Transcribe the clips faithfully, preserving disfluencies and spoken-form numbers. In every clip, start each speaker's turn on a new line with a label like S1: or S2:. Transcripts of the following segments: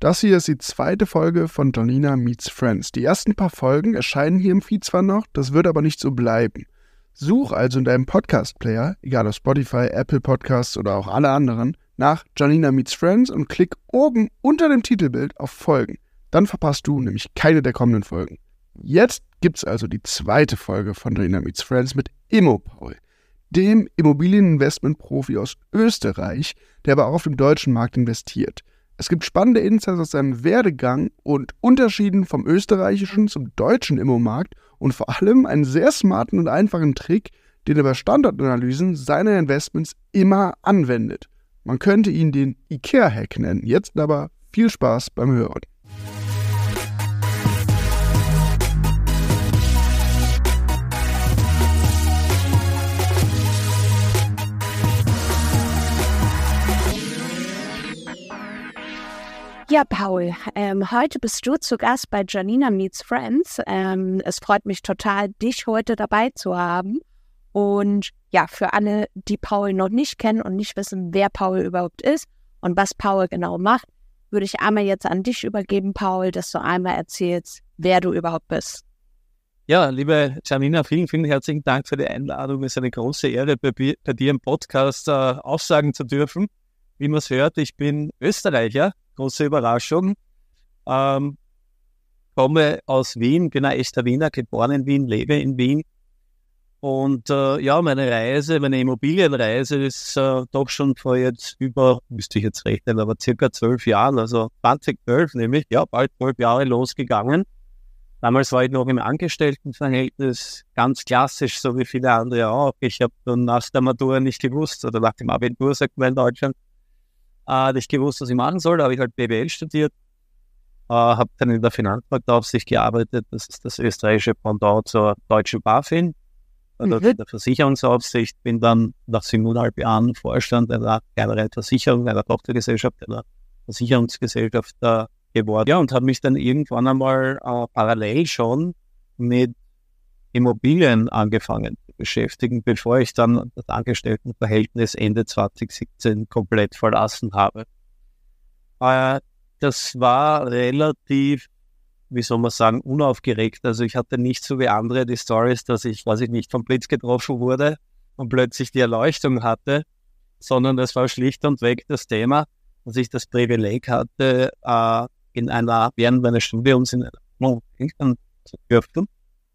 S1: Das hier ist die zweite Folge von Janina Meets Friends. Die ersten paar Folgen erscheinen hier im Feed zwar noch, das wird aber nicht so bleiben. Such also in deinem Podcast-Player, egal ob Spotify, Apple Podcasts oder auch alle anderen, nach Janina Meets Friends und klick oben unter dem Titelbild auf Folgen. Dann verpasst du nämlich keine der kommenden Folgen. Jetzt gibt's also die zweite Folge von Janina Meets Friends mit ImmoPaul, dem Immobilieninvestment-Profi aus Österreich, der aber auch auf dem deutschen Markt investiert. Es gibt spannende Insights aus seinem Werdegang und Unterschieden vom österreichischen zum deutschen Immomarkt und vor allem einen sehr smarten und einfachen Trick, den er bei Standortanalysen seiner Investments immer anwendet. Man könnte ihn den IKEA-Hack nennen. Jetzt aber viel Spaß beim Hören.
S2: Ja, Paul, ähm, heute bist du zu Gast bei Janina Meets Friends. Ähm, es freut mich total, dich heute dabei zu haben. Und ja, für alle, die Paul noch nicht kennen und nicht wissen, wer Paul überhaupt ist und was Paul genau macht, würde ich einmal jetzt an dich übergeben, Paul, dass du einmal erzählst, wer du überhaupt bist.
S3: Ja, liebe Janina, vielen, vielen herzlichen Dank für die Einladung. Es ist eine große Ehre, bei, bei dir im Podcast äh, aussagen zu dürfen. Wie man es hört, ich bin Österreicher. Große Überraschung. Ähm, komme aus Wien, bin ein echter Wiener, geboren in Wien, lebe in Wien. Und äh, ja, meine Reise, meine Immobilienreise ist äh, doch schon vor jetzt über, müsste ich jetzt rechnen, aber circa zwölf Jahren, also zwanzig zwölf nämlich, ja, bald zwölf Jahre losgegangen. Damals war ich noch im Angestelltenverhältnis, ganz klassisch, so wie viele andere auch. Ich habe dann nach der Matura nicht gewusst, oder nach dem Abitur, sagt man in Deutschland, Äh, nicht gewusst, was ich machen soll. Da habe ich halt B W L studiert, äh, habe dann in der Finanzmarktaufsicht gearbeitet. Das ist das österreichische Pendant zur deutschen BaFin, also mhm. der Versicherungsaufsicht. Bin dann nach siebeneinhalb Jahren Vorstand einer kleineren Versicherung, einer Tochtergesellschaft, einer Versicherungsgesellschaft äh, geworden. Ja, und habe mich dann irgendwann einmal äh, parallel schon mit Immobilien angefangen zu beschäftigen, bevor ich dann das Angestelltenverhältnis Ende zwanzig siebzehn komplett verlassen habe. Äh, das war relativ, wie soll man sagen, unaufgeregt. Also ich hatte nicht so wie andere die Stories, dass ich, weiß ich nicht, vom Blitz getroffen wurde und plötzlich die Erleuchtung hatte, sondern es war schlicht und weg das Thema, dass ich das Privileg hatte, äh, in einer, während meines Studiums in einer Wohnung zu dürfen.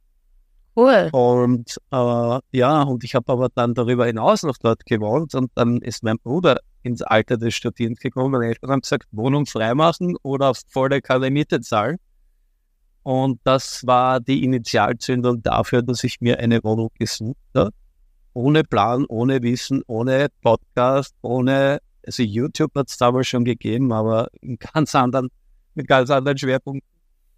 S2: Cool.
S3: Und äh, ja, und ich habe aber dann darüber hinaus noch dort gewohnt und dann ist mein Bruder ins Alter des Studierens gekommen. Meine Eltern haben gesagt, Wohnung freimachen oder volle keine Miete zahlen. Und das war die Initialzündung dafür, dass ich mir eine Wohnung gesucht habe. Ohne Plan, ohne Wissen, ohne Podcast, ohne, also YouTube hat es damals schon gegeben, aber in ganz anderen, mit ganz anderen Schwerpunkten.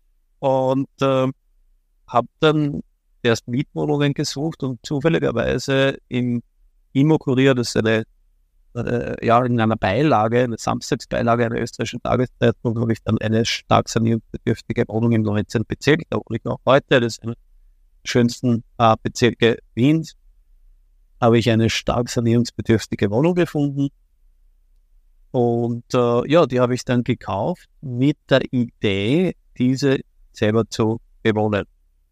S3: Und äh, habe dann erst Mietwohnungen gesucht und zufälligerweise im Immo-Kurier, das ist eine, äh, ja, in einer Beilage, eine Samstagsbeilage einer österreichischen Tageszeitung, habe ich dann eine stark sanierungsbedürftige Wohnung im neunzehnten Bezirk, da wohne ich noch heute, das ist einer der schönsten äh, Bezirke Wiens, habe ich eine stark sanierungsbedürftige Wohnung gefunden und äh, ja, die habe ich dann gekauft mit der Idee, diese selber zu bewohnen.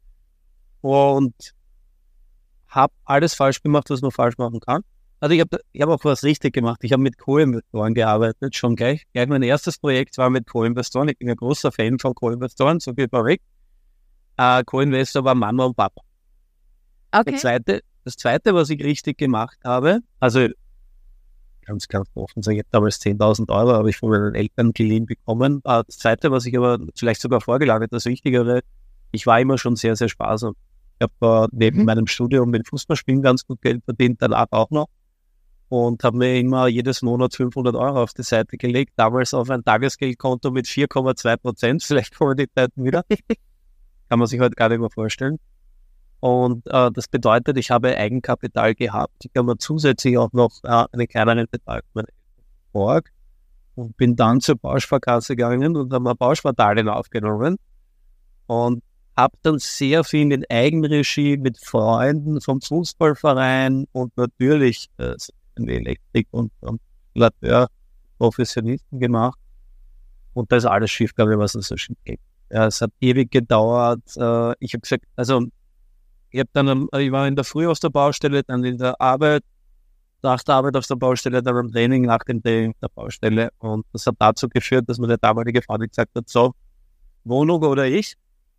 S3: Und habe alles falsch gemacht, was man falsch machen kann. Also ich habe ich hab auch was richtig gemacht. Ich habe mit Co-Investoren gearbeitet, schon gleich. Gleich mein erstes Projekt war mit Co-Investoren. Ich bin ein großer Fan von Co-Investoren, so viel vorweg. Äh, Co-Investor war Mama und Papa.
S2: Okay.
S3: Das zweite, das zweite, was ich richtig gemacht habe, also ganz, ganz offen sagen, ich habe damals zehntausend Euro, habe ich von meinen Eltern geliehen bekommen. Äh, das zweite, was ich aber vielleicht sogar vorgelagert, das Wichtigere, ich war immer schon sehr, sehr sparsam. Ich habe äh, neben mhm. meinem Studium mit Fußballspielen ganz gut Geld verdient, danach auch noch. Und habe mir immer jedes Monat fünfhundert Euro auf die Seite gelegt, damals auf ein Tagesgeldkonto mit vier Komma zwei Prozent, vielleicht kommen die Zeiten wieder. Kann man sich heute gar nicht mehr vorstellen. Und äh, das bedeutet, ich habe Eigenkapital gehabt. Ich habe mir zusätzlich auch noch äh, einen kleineren Betrag geborgt und bin dann zur Bausparkasse gegangen und habe mir Bauspardarlehen aufgenommen und habe dann sehr viel in Eigenregie mit Freunden vom Fußballverein und natürlich äh, Elektrik und Installateur, Professionisten gemacht Und da ist alles schief gegangen, was es so schief geht. Ja, es hat ewig gedauert. Äh, ich habe gesagt, also ich, hab dann, ich war in der Früh auf der Baustelle, dann in der Arbeit, nach der Arbeit auf der Baustelle, dann beim Training, nach dem Training auf der Baustelle. Und das hat dazu geführt, dass mir der damalige Freund gesagt hat, so, Wohnung oder ich.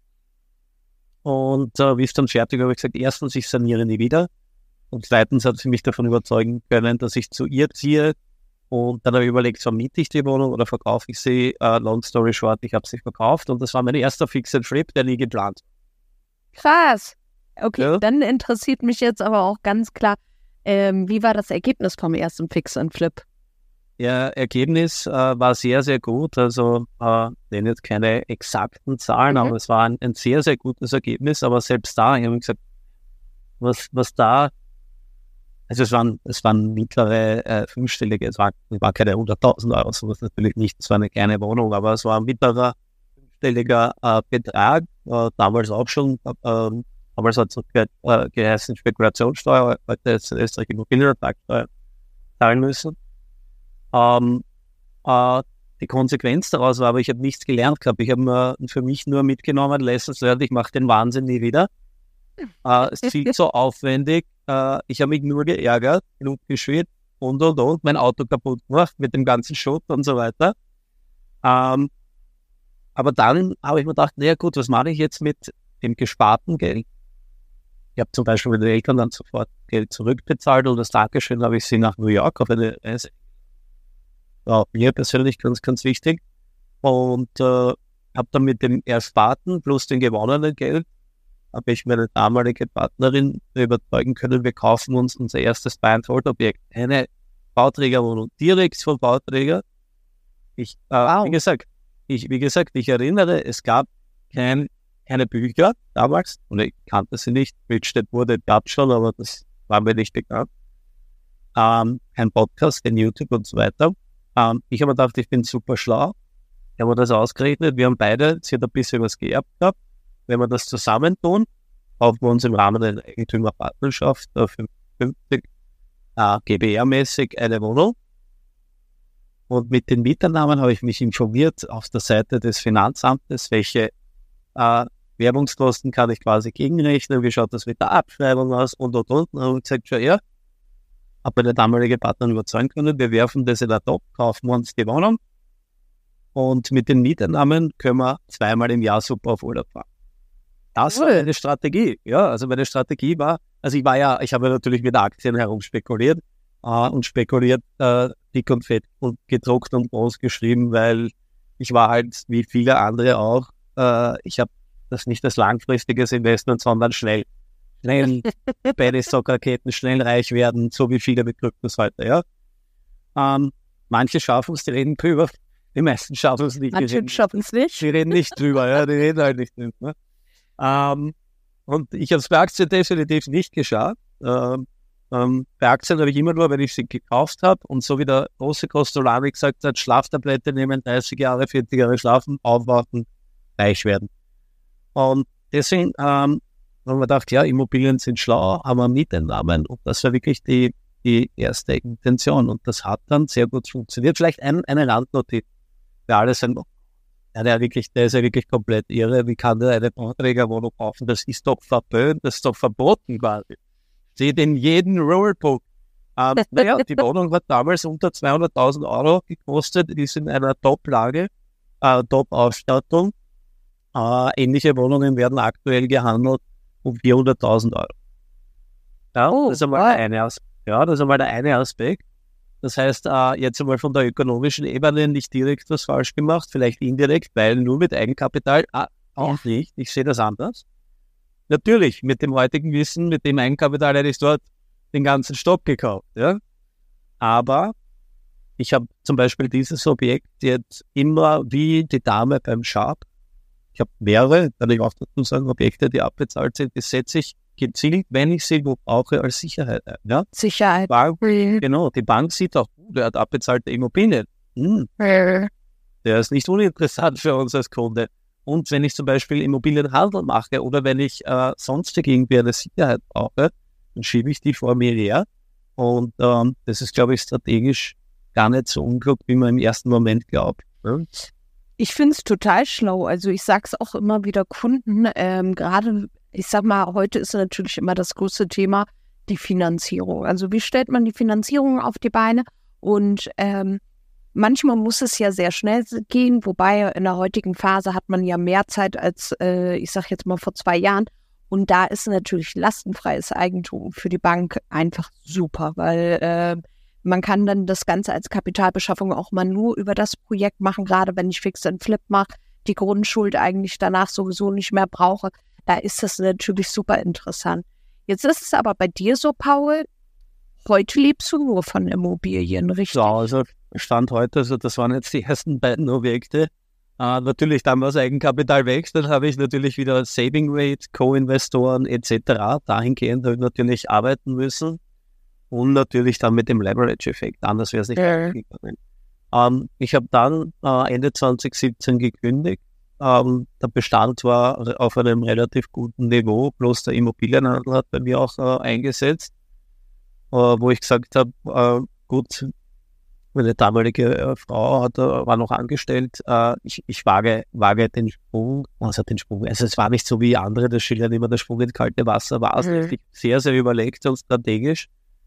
S3: Und äh, wie es dann fertig war, habe ich gesagt, erstens, ich saniere nie wieder. Und zweitens hat sie mich davon überzeugen können, dass ich zu ihr ziehe. Und dann habe ich überlegt, so miete ich die Wohnung oder verkaufe ich sie. Uh, long story short, ich habe sie verkauft. Und das war mein erster fixer Trip, der nie geplant.
S2: Krass. Okay,
S3: Ja.
S2: Dann interessiert mich jetzt aber auch ganz klar, ähm, wie war das Ergebnis vom ersten Fix and Flip?
S3: Ja, Ergebnis äh, war sehr, sehr gut. Also, äh, nenne jetzt keine exakten Zahlen,
S2: Mhm.
S3: aber es war ein, ein sehr, sehr gutes Ergebnis. Aber selbst da, ich habe mir gesagt, was, was da, also es waren, es waren mittlere äh, fünfstellige, es waren, es waren keine hunderttausend Euro, sowas natürlich nicht. Es war eine kleine Wohnung, aber es war ein mittlerer fünfstelliger äh, Betrag. Äh, damals auch schon, äh, damals hat es noch ge äh, geheißen Spekulationssteuer, heute ist in Österreich Immobilienertragssteuer zahlen müssen. Ähm, äh, die Konsequenz daraus war, aber ich habe nichts gelernt gehabt. Ich habe mir für mich nur mitgenommen, Lessons learned, ich mache den Wahnsinn nie wieder. Äh, es ist viel zu aufwendig. Äh, ich habe mich nur geärgert, Blut geschwitzt und und und, mein Auto kaputt gemacht mit dem ganzen Schutt und so weiter. Ähm, aber dann habe ich mir gedacht, naja gut, was mache ich jetzt mit dem gesparten Geld? Ich habe zum Beispiel mit den Eltern dann sofort Geld zurückbezahlt und als Dankeschön habe ich sie nach New York auf eine Reise. Ja, mir persönlich ganz, ganz wichtig. Und äh, habe dann mit dem Ersparten plus dem gewonnenen Geld habe ich meine damalige Partnerin überzeugen können, wir kaufen uns unser erstes Buy-and-Hold-Objekt. Eine Bauträgerwohnung, direkt vom Bauträger. Ich, äh,
S2: Wow.
S3: wie gesagt, ich, wie gesagt, ich erinnere, es gab kein, keine Bücher damals, und ich kannte sie nicht. Mitstedt wurde, gab schon, aber das war mir nicht bekannt. Ähm, kein Podcast, kein YouTube und so weiter. Ähm, ich habe mir gedacht, ich bin super schlau. Ich habe mir das ausgerechnet. Wir haben beide, sie hat ein bisschen was geerbt gehabt. Wenn wir das zusammentun, kaufen wir uns im Rahmen einer Eigentümerpartnerschaft äh, fünfzig äh, G B R-mäßig eine Wohnung. Und mit den Mieteinnahmen habe ich mich informiert auf der Seite des Finanzamtes, welche äh, Werbungskosten kann ich quasi gegenrechnen, wie schaut das mit der Abschreibung aus und und und. Und dann habe ich gesagt, schon, ja, habe meine damalige Partnerin überzeugen können, wir werfen das in der Top, kaufen wir uns die Wohnung und mit den Mieteinnahmen können wir zweimal im Jahr super auf Urlaub fahren. Das war
S2: Cool.
S3: meine Strategie. Ja, also meine Strategie war, also ich war ja, ich habe ja natürlich mit Aktien herumspekuliert äh, und spekuliert äh, dick und fett und gedruckt und groß geschrieben, weil ich war halt wie viele andere auch, äh, ich habe das nicht als langfristiges Investment, sondern schnell. Schnell Penny Stock Raketen, schnell reich werden, so wie viele mit Kryptos heute, ja. Ähm, manche schaffen es, die reden drüber, die meisten schaffen es nicht. Die
S2: Manche
S3: reden,
S2: schaffen es nicht.
S3: die reden nicht drüber, ja, die reden halt nicht drüber. Ne? Ähm, und ich habe es bei Aktien definitiv nicht geschafft. Ähm, ähm, bei Aktien habe ich immer nur, wenn ich sie gekauft habe und so wie der große Costolani gesagt hat, Schlaftablette nehmen, dreißig Jahre, vierzig Jahre schlafen, aufwachen, reich werden. Und deswegen ähm, haben wir gedacht, ja, Immobilien sind schlau, haben wir Mieteinnahmen und das war wirklich die, die erste Intention und das hat dann sehr gut funktioniert. Vielleicht ein, eine Randnotiz für alle sagen, ja, der, wirklich, der ist ja wirklich komplett irre. Wie kann der eine Bauträgerwohnung kaufen? Das ist doch verböhnt, das ist doch verboten quasi. Steht in jedem Rulebook. Ähm, naja, die Wohnung hat damals unter zweihunderttausend Euro gekostet, ist in einer Top-Lage, äh, Top-Ausstattung. Äh, ähnliche Wohnungen werden aktuell gehandelt um vierhunderttausend Euro. Ja,
S2: Oh,
S3: das ist einmal
S2: wow.
S3: der eine Aspekt. Ja, das ist einmal der eine Aspekt. Das heißt, äh, jetzt einmal von der ökonomischen Ebene nicht direkt was falsch gemacht, vielleicht indirekt, weil nur mit Eigenkapital ah, auch
S2: Ja.
S3: nicht. Ich sehe das anders. Natürlich, mit dem heutigen Wissen, mit dem Eigenkapital hätte ich dort den ganzen Stock gekauft. Ja? Aber ich habe zum Beispiel dieses Objekt jetzt immer wie die Dame beim Sharp. Ich habe mehrere, kann ich auch dazu sagen, Objekte, die abbezahlt sind, die setze ich gezielt, wenn ich sie wo brauche, als Sicherheit ein. Ja?
S2: Sicherheit.
S3: Bank, genau, die Bank sieht auch, uh, der hat abbezahlte Immobilien. Hm, der ist nicht uninteressant für uns als Kunde. Und wenn ich zum Beispiel Immobilienhandel mache oder wenn ich äh, sonstig irgendwie eine Sicherheit brauche, dann schiebe ich die vor mir her. Und ähm, das ist, glaube ich, strategisch gar nicht so unklug, wie man im ersten Moment glaubt. Ne?
S2: Ich finde es total schlau. Also ich sage es auch immer wieder Kunden, ähm, gerade, ich sag mal, heute ist natürlich immer das größte Thema die Finanzierung. Also wie stellt man die Finanzierung auf die Beine? Und ähm, manchmal muss es ja sehr schnell gehen, wobei in der heutigen Phase hat man ja mehr Zeit als, äh, ich sage jetzt mal, vor zwei Jahren. Und da ist natürlich lastenfreies Eigentum für die Bank einfach super, weil äh, man kann dann das Ganze als Kapitalbeschaffung auch mal nur über das Projekt machen, gerade wenn ich Fix and Flip mache, die Grundschuld eigentlich danach sowieso nicht mehr brauche. Da ist das natürlich super interessant. Jetzt ist es aber bei dir so, Paul, heute lebst du nur von Immobilien, richtig?
S3: Ja, also Stand heute, also das waren jetzt die ersten beiden Objekte. Äh, natürlich dann, was Eigenkapital wächst, dann habe ich natürlich wieder Saving Rate, Co-Investoren et cetera. Dahingehend habe ich natürlich arbeiten müssen. Und natürlich dann mit dem Leverage-Effekt. Anders wäre es nicht
S2: ja.
S3: gegangen. Ähm, ich habe dann äh, Ende zwanzig siebzehn gekündigt. Ähm, der Bestand war auf einem relativ guten Niveau, bloß der Immobilienhandel hat bei mir auch äh, eingesetzt, äh, wo ich gesagt habe, äh, gut, meine damalige äh, Frau hat, äh, war noch angestellt, äh, ich, ich wage, wage den Sprung, also den Sprung, also es war nicht so wie andere, das schildern immer, der Sprung ins kalte Wasser war es mhm. sehr, sehr überlegt und strategisch.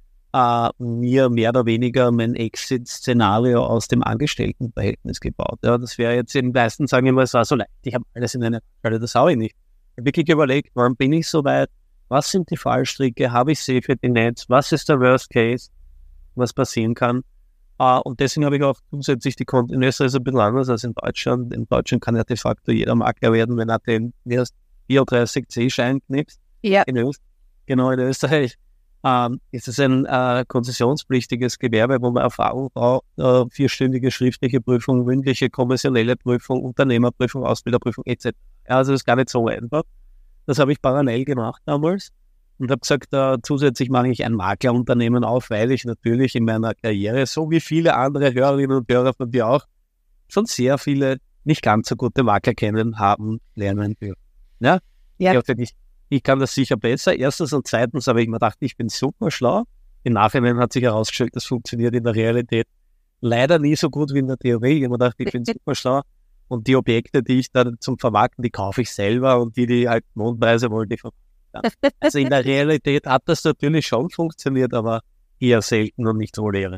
S3: Uh, mir mehr oder weniger mein Exit-Szenario aus dem Angestelltenverhältnis gebaut. Ja, das wäre jetzt eben meistens, sagen wir mal, es war so leicht, ich habe alles in einer Falle, das habe ich nicht. Ich habe wirklich überlegt, warum bin ich so weit, was sind die Fallstricke, habe ich Safety Nets, was ist der Worst Case, was passieren kann. Uh, und deswegen habe ich auch zusätzlich die Konten, in Österreich ist ein bisschen anders als in Deutschland. In Deutschland kann ja de facto jeder Makler werden, wenn er den vierunddreißig C-Schein knipst.
S2: Ja.
S3: In Öst- genau, in Österreich. Ähm, ist es ein äh, konzessionspflichtiges Gewerbe, wo man Erfahrung braucht, äh, vierstündige schriftliche Prüfung, mündliche, kommerzielle Prüfung, Unternehmerprüfung, Ausbilderprüfung et cetera. Ja, also das ist gar nicht so einfach. Das habe ich parallel gemacht damals und habe gesagt, äh, zusätzlich mache ich ein Maklerunternehmen auf, weil ich natürlich in meiner Karriere, so wie viele andere Hörerinnen und Hörer von dir auch, schon sehr viele nicht ganz so gute Makler kennen, haben, lernen dürfen. Ja,
S2: ja.
S3: Ich, ich, ich kann das sicher besser. Erstens und zweitens habe ich mir gedacht, ich bin super schlau. Im Nachhinein hat sich herausgestellt, das funktioniert in der Realität leider nie so gut wie in der Theorie. Ich habe mir gedacht, ich bin super schlau. Und die Objekte, die ich dann zum Vermarkten, die kaufe ich selber und die, die halt Mondpreise wollen, die vermarkten. Also in der Realität hat das natürlich schon funktioniert, aber eher selten und nicht so Lehre.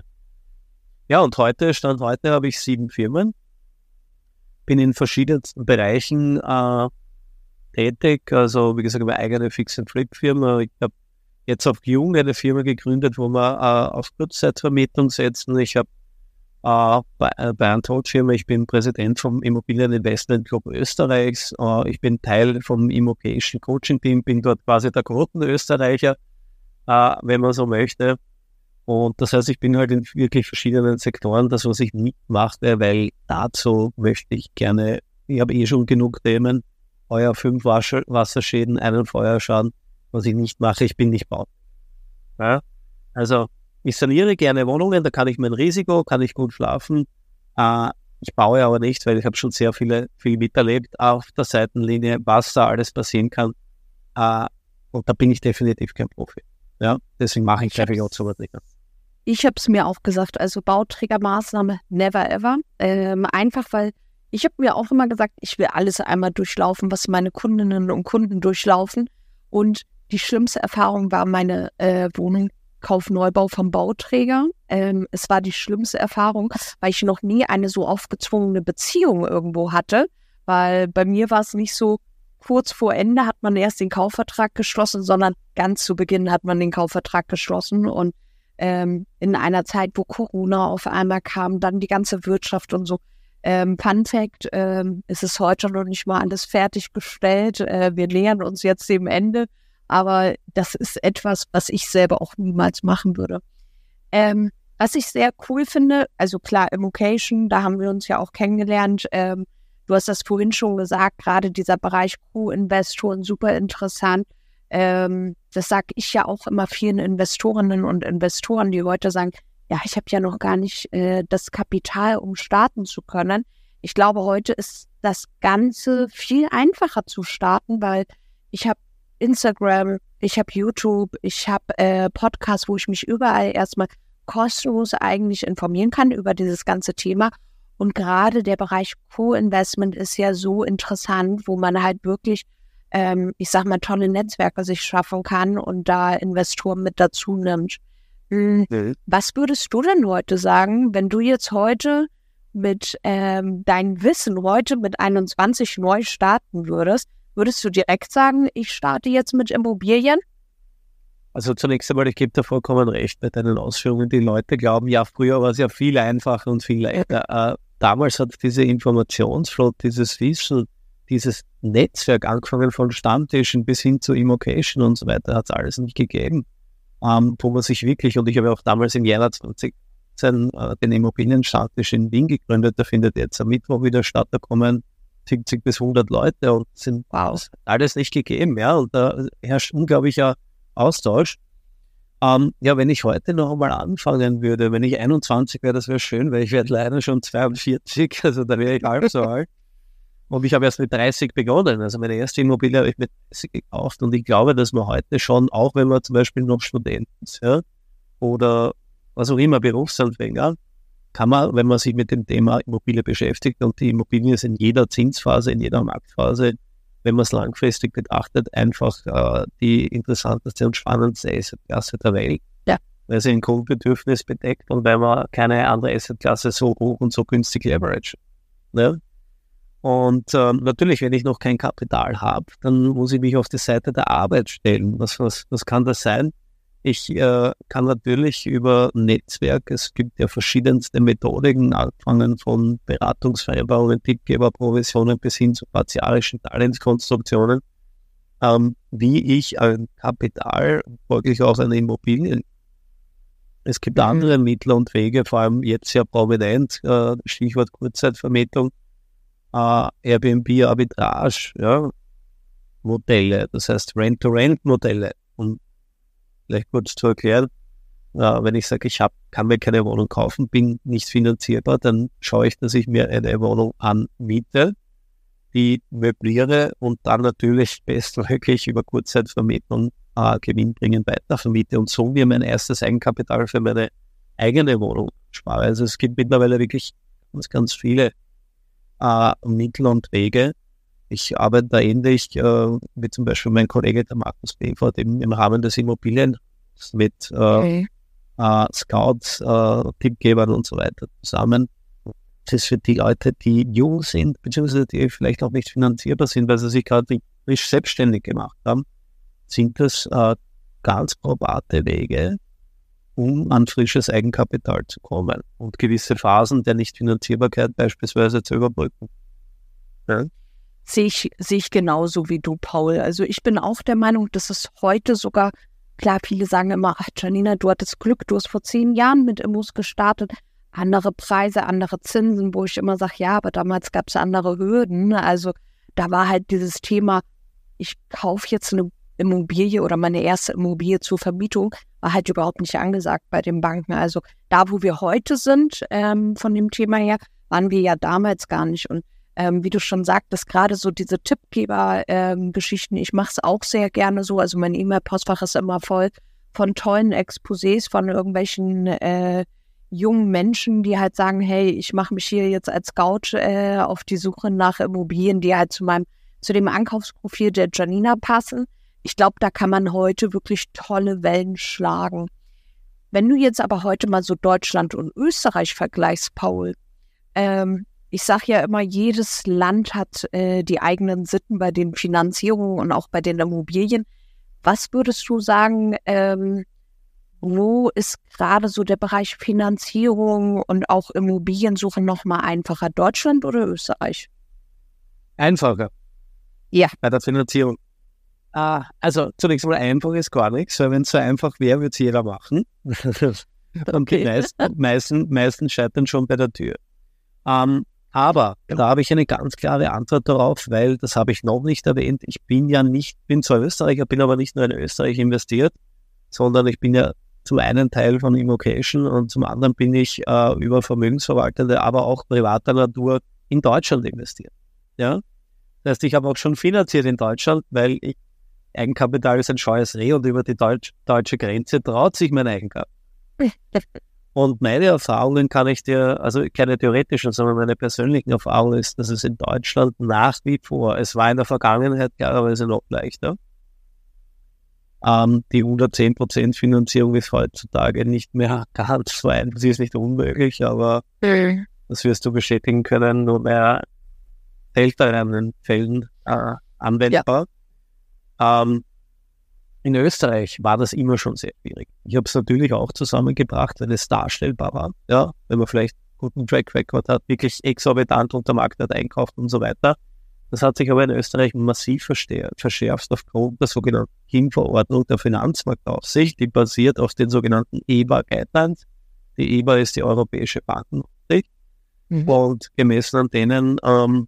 S3: Ja, und heute, Stand heute, habe ich sieben Firmen, bin in verschiedensten Bereichen äh, tätig, also wie gesagt, eine eigene Fix-and-Flip-Firma. Ich habe jetzt auf Jung eine Firma gegründet, wo wir äh, auf Kurzzeitvermietung setzen. Ich habe äh, bei, äh, bei einer Todfirma, ich bin Präsident vom Immobilieninvestment Club Österreichs. Äh, ich bin Teil vom Immocation Coaching Team, bin dort quasi der Quoten-Österreicher, äh, wenn man so möchte. Und das heißt, ich bin halt in wirklich verschiedenen Sektoren, das, was ich nicht mache, weil dazu möchte ich gerne, ich habe eh schon genug Themen, Feuer, fünf Wasser, Wasserschäden, einen Feuerschaden, was ich nicht mache, ich bin nicht baut. Ja? Also ich saniere gerne Wohnungen, da kann ich mein Risiko, kann ich gut schlafen. Äh, ich baue aber nicht, weil ich habe schon sehr viele, viel miterlebt auf der Seitenlinie, was da alles passieren kann. Äh, und da bin ich definitiv kein Profi. Ja? Deswegen mache ich gleich auch sowas nicht.
S2: Ich habe es mir auch gesagt, also Bauträgermaßnahme never ever. Ähm, einfach, weil ich habe mir auch immer gesagt, ich will alles einmal durchlaufen, was meine Kundinnen und Kunden durchlaufen. Und die schlimmste Erfahrung war meine äh, Wohnung, Kaufneubau vom Bauträger. Ähm, es war die schlimmste Erfahrung, weil ich noch nie eine so aufgezwungene Beziehung irgendwo hatte. Weil bei mir war es nicht so, kurz vor Ende hat man erst den Kaufvertrag geschlossen, sondern ganz zu Beginn hat man den Kaufvertrag geschlossen. Und ähm, in einer Zeit, wo Corona auf einmal kam, dann die ganze Wirtschaft und so. Ähm, Fun Fact, ähm, es ist heute noch nicht mal alles fertiggestellt. Äh, wir nähern uns jetzt dem Ende. Aber das ist etwas, was ich selber auch niemals machen würde. Ähm, was ich sehr cool finde, also klar, Immocation, da haben wir uns ja auch kennengelernt. Ähm, du hast das vorhin schon gesagt, gerade dieser Bereich Co-Investoren, super interessant. Ähm, das sage ich ja auch immer vielen Investorinnen und Investoren, die heute sagen, ja, ich habe ja noch gar nicht äh, das Kapital, um starten zu können. Ich glaube, heute ist das Ganze viel einfacher zu starten, weil ich habe Instagram, ich habe YouTube, ich habe äh, Podcasts, wo ich mich überall erstmal kostenlos eigentlich informieren kann über dieses ganze Thema. Und gerade der Bereich Co-Investment ist ja so interessant, wo man halt wirklich, ähm, ich sag mal, tolle Netzwerke sich schaffen kann und da Investoren mit dazu nimmt. Mhm. Mhm. Was würdest du denn heute sagen, wenn du jetzt heute mit ähm, deinem Wissen heute mit einundzwanzig neu starten würdest? Würdest du direkt sagen, ich starte jetzt mit Immobilien?
S3: Also zunächst einmal, ich gebe dir vollkommen recht bei deinen Ausführungen. Die Leute glauben, ja, früher war es ja viel einfacher und viel leichter. Äh, damals hat diese Informationsflut, dieses Wissen, dieses Netzwerk, angefangen von Stammtischen bis hin zu Immocation und so weiter, hat es alles nicht gegeben. Ähm, wo man sich wirklich, und ich habe auch damals im Jahr zwanzig äh, den Immobilienstammtisch in Wien gegründet, der findet jetzt am Mittwoch wieder statt, da kommen siebzig bis hundert Leute und sind wow. alles nicht gegeben, ja, und da herrscht unglaublicher Austausch. Ähm, ja, wenn ich heute noch einmal anfangen würde, wenn ich einundzwanzig wäre, das wäre schön, weil ich werde leider schon zweiundvierzig, also da wäre ich halb so alt. Und ich habe erst mit dreißig begonnen, also meine erste Immobilie habe ich mit dreißig gekauft und ich glaube, dass man heute schon, auch wenn man zum Beispiel noch Student ist, ja, oder was auch immer, Berufsanfänger, kann man, wenn man sich mit dem Thema Immobilie beschäftigt, und die Immobilie ist in jeder Zinsphase, in jeder Marktphase, wenn man es langfristig betrachtet, einfach äh, die interessanteste und spannendste Assetklasse der Welt.
S2: Ja.
S3: Weil sie ein Grundbedürfnis bedeckt und weil man keine andere Assetklasse so hoch und so günstig leverage. Ne? Und ähm, natürlich, wenn ich noch kein Kapital habe, dann muss ich mich auf die Seite der Arbeit stellen. Was, was, was kann das sein? Ich äh, kann natürlich über Netzwerk, es gibt ja verschiedenste Methodiken, angefangen von Beratungsvereinbarungen, Tippgeberprovisionen bis hin zu partialischen Darlehenskonstruktionen, ähm, wie ich ein Kapital, folglich auch eine Immobilie. Es gibt mhm. andere Mittel und Wege, vor allem jetzt sehr prominent, äh, Stichwort Kurzzeitvermietung, äh, Airbnb, Arbitrage, ja, Modelle, das heißt Rent-to-Rent-Modelle. Und vielleicht kurz zu erklären, äh, wenn ich sage, ich hab, kann mir keine Wohnung kaufen, bin nicht finanzierbar, dann schaue ich, dass ich mir eine Wohnung anmiete, die möbliere und dann natürlich bestmöglich über Kurzzeitvermietung äh, gewinnbringend weitervermiete und so mir mein erstes Eigenkapital für meine eigene Wohnung spare. Also es gibt mittlerweile wirklich ganz, ganz viele äh, Mittel und Wege. Ich arbeite da ähnlich, äh, wie zum Beispiel mein Kollege, der Markus Befort, eben im Rahmen des Immobilien mit äh, okay. äh, Scouts, äh, Tippgebern und so weiter zusammen. Das ist für die Leute, die jung sind, beziehungsweise die vielleicht auch nicht finanzierbar sind, weil sie sich gerade frisch selbstständig gemacht haben, sind das äh, ganz probate Wege, um an frisches Eigenkapital zu kommen und gewisse Phasen der Nichtfinanzierbarkeit beispielsweise zu überbrücken. Ja?
S2: Sehe ich, sehe ich genauso wie du, Paul. Also ich bin auch der Meinung, dass es heute sogar, klar, viele sagen immer, ach Janina, du hattest Glück, du hast vor zehn Jahren mit Immos gestartet, andere Preise, andere Zinsen, wo ich immer sage, ja, aber damals gab es andere Hürden. Also da war halt dieses Thema, ich kaufe jetzt eine Immobilie oder meine erste Immobilie zur Vermietung, war halt überhaupt nicht angesagt bei den Banken. Also da, wo wir heute sind, ähm, von dem Thema her, waren wir ja damals gar nicht. Und Ähm, wie du schon sagtest, gerade so diese Tippgeber-Geschichten, ähm, ich mache es auch sehr gerne so, also mein E-Mail-Postfach ist immer voll von tollen Exposés von irgendwelchen äh, jungen Menschen, die halt sagen, hey, ich mache mich hier jetzt als Scout äh, auf die Suche nach Immobilien, die halt zu meinem, zu dem Ankaufsprofil der Janina passen. Ich glaube, da kann man heute wirklich tolle Wellen schlagen. Wenn du jetzt aber heute mal so Deutschland und Österreich vergleichst, Paul, ähm, ich sage ja immer, jedes Land hat äh, die eigenen Sitten bei den Finanzierungen und auch bei den Immobilien. Was würdest du sagen, ähm, wo ist gerade so der Bereich Finanzierung und auch Immobiliensuche nochmal einfacher? Deutschland oder Österreich?
S3: Einfacher.
S2: Ja.
S3: Bei der Finanzierung. Ah, also zunächst mal einfach ist gar nichts, weil wenn es so einfach wäre, würde es jeder machen. Und okay. die meisten, meisten, meisten scheitern schon bei der Tür. Ähm, Aber da habe ich eine ganz klare Antwort darauf, weil, das habe ich noch nicht erwähnt, ich bin ja nicht, bin zwar Österreicher, bin aber nicht nur in Österreich investiert, sondern ich bin ja zum einen Teil von Immocation und zum anderen bin ich äh, über Vermögensverwaltende, aber auch privater Natur in Deutschland investiert. Ja? Das heißt, ich habe auch schon finanziert in Deutschland, weil ich, Eigenkapital ist ein scheues Reh und über die Deutsch, deutsche Grenze traut sich mein Eigenkapital. Und meine Erfahrungen kann ich dir, also keine theoretischen, sondern meine persönlichen Erfahrung ist, dass es in Deutschland nach wie vor, es war in der Vergangenheit klarerweise noch leichter. Ähm, die hundertzehn Prozent Finanzierung ist heutzutage nicht mehr ganz so einfach. Sie ist nicht unmöglich, aber mhm. das wirst du bestätigen können, nur mehr seltenen Fällen äh, anwendbar. Ja. Ähm, in Österreich war das immer schon sehr schwierig. Ich habe es natürlich auch zusammengebracht, wenn es darstellbar war. Ja, wenn man vielleicht einen guten Track Record hat, wirklich exorbitant unter Marktwert einkauft und so weiter. Das hat sich aber in Österreich massiv verschärft aufgrund der sogenannten K I M-Verordnung der Finanzmarktaufsicht, die basiert auf den sogenannten E B A-Guidelines. Die E B A ist die Europäische Bankenaufsicht mhm. und gemessen an denen ähm,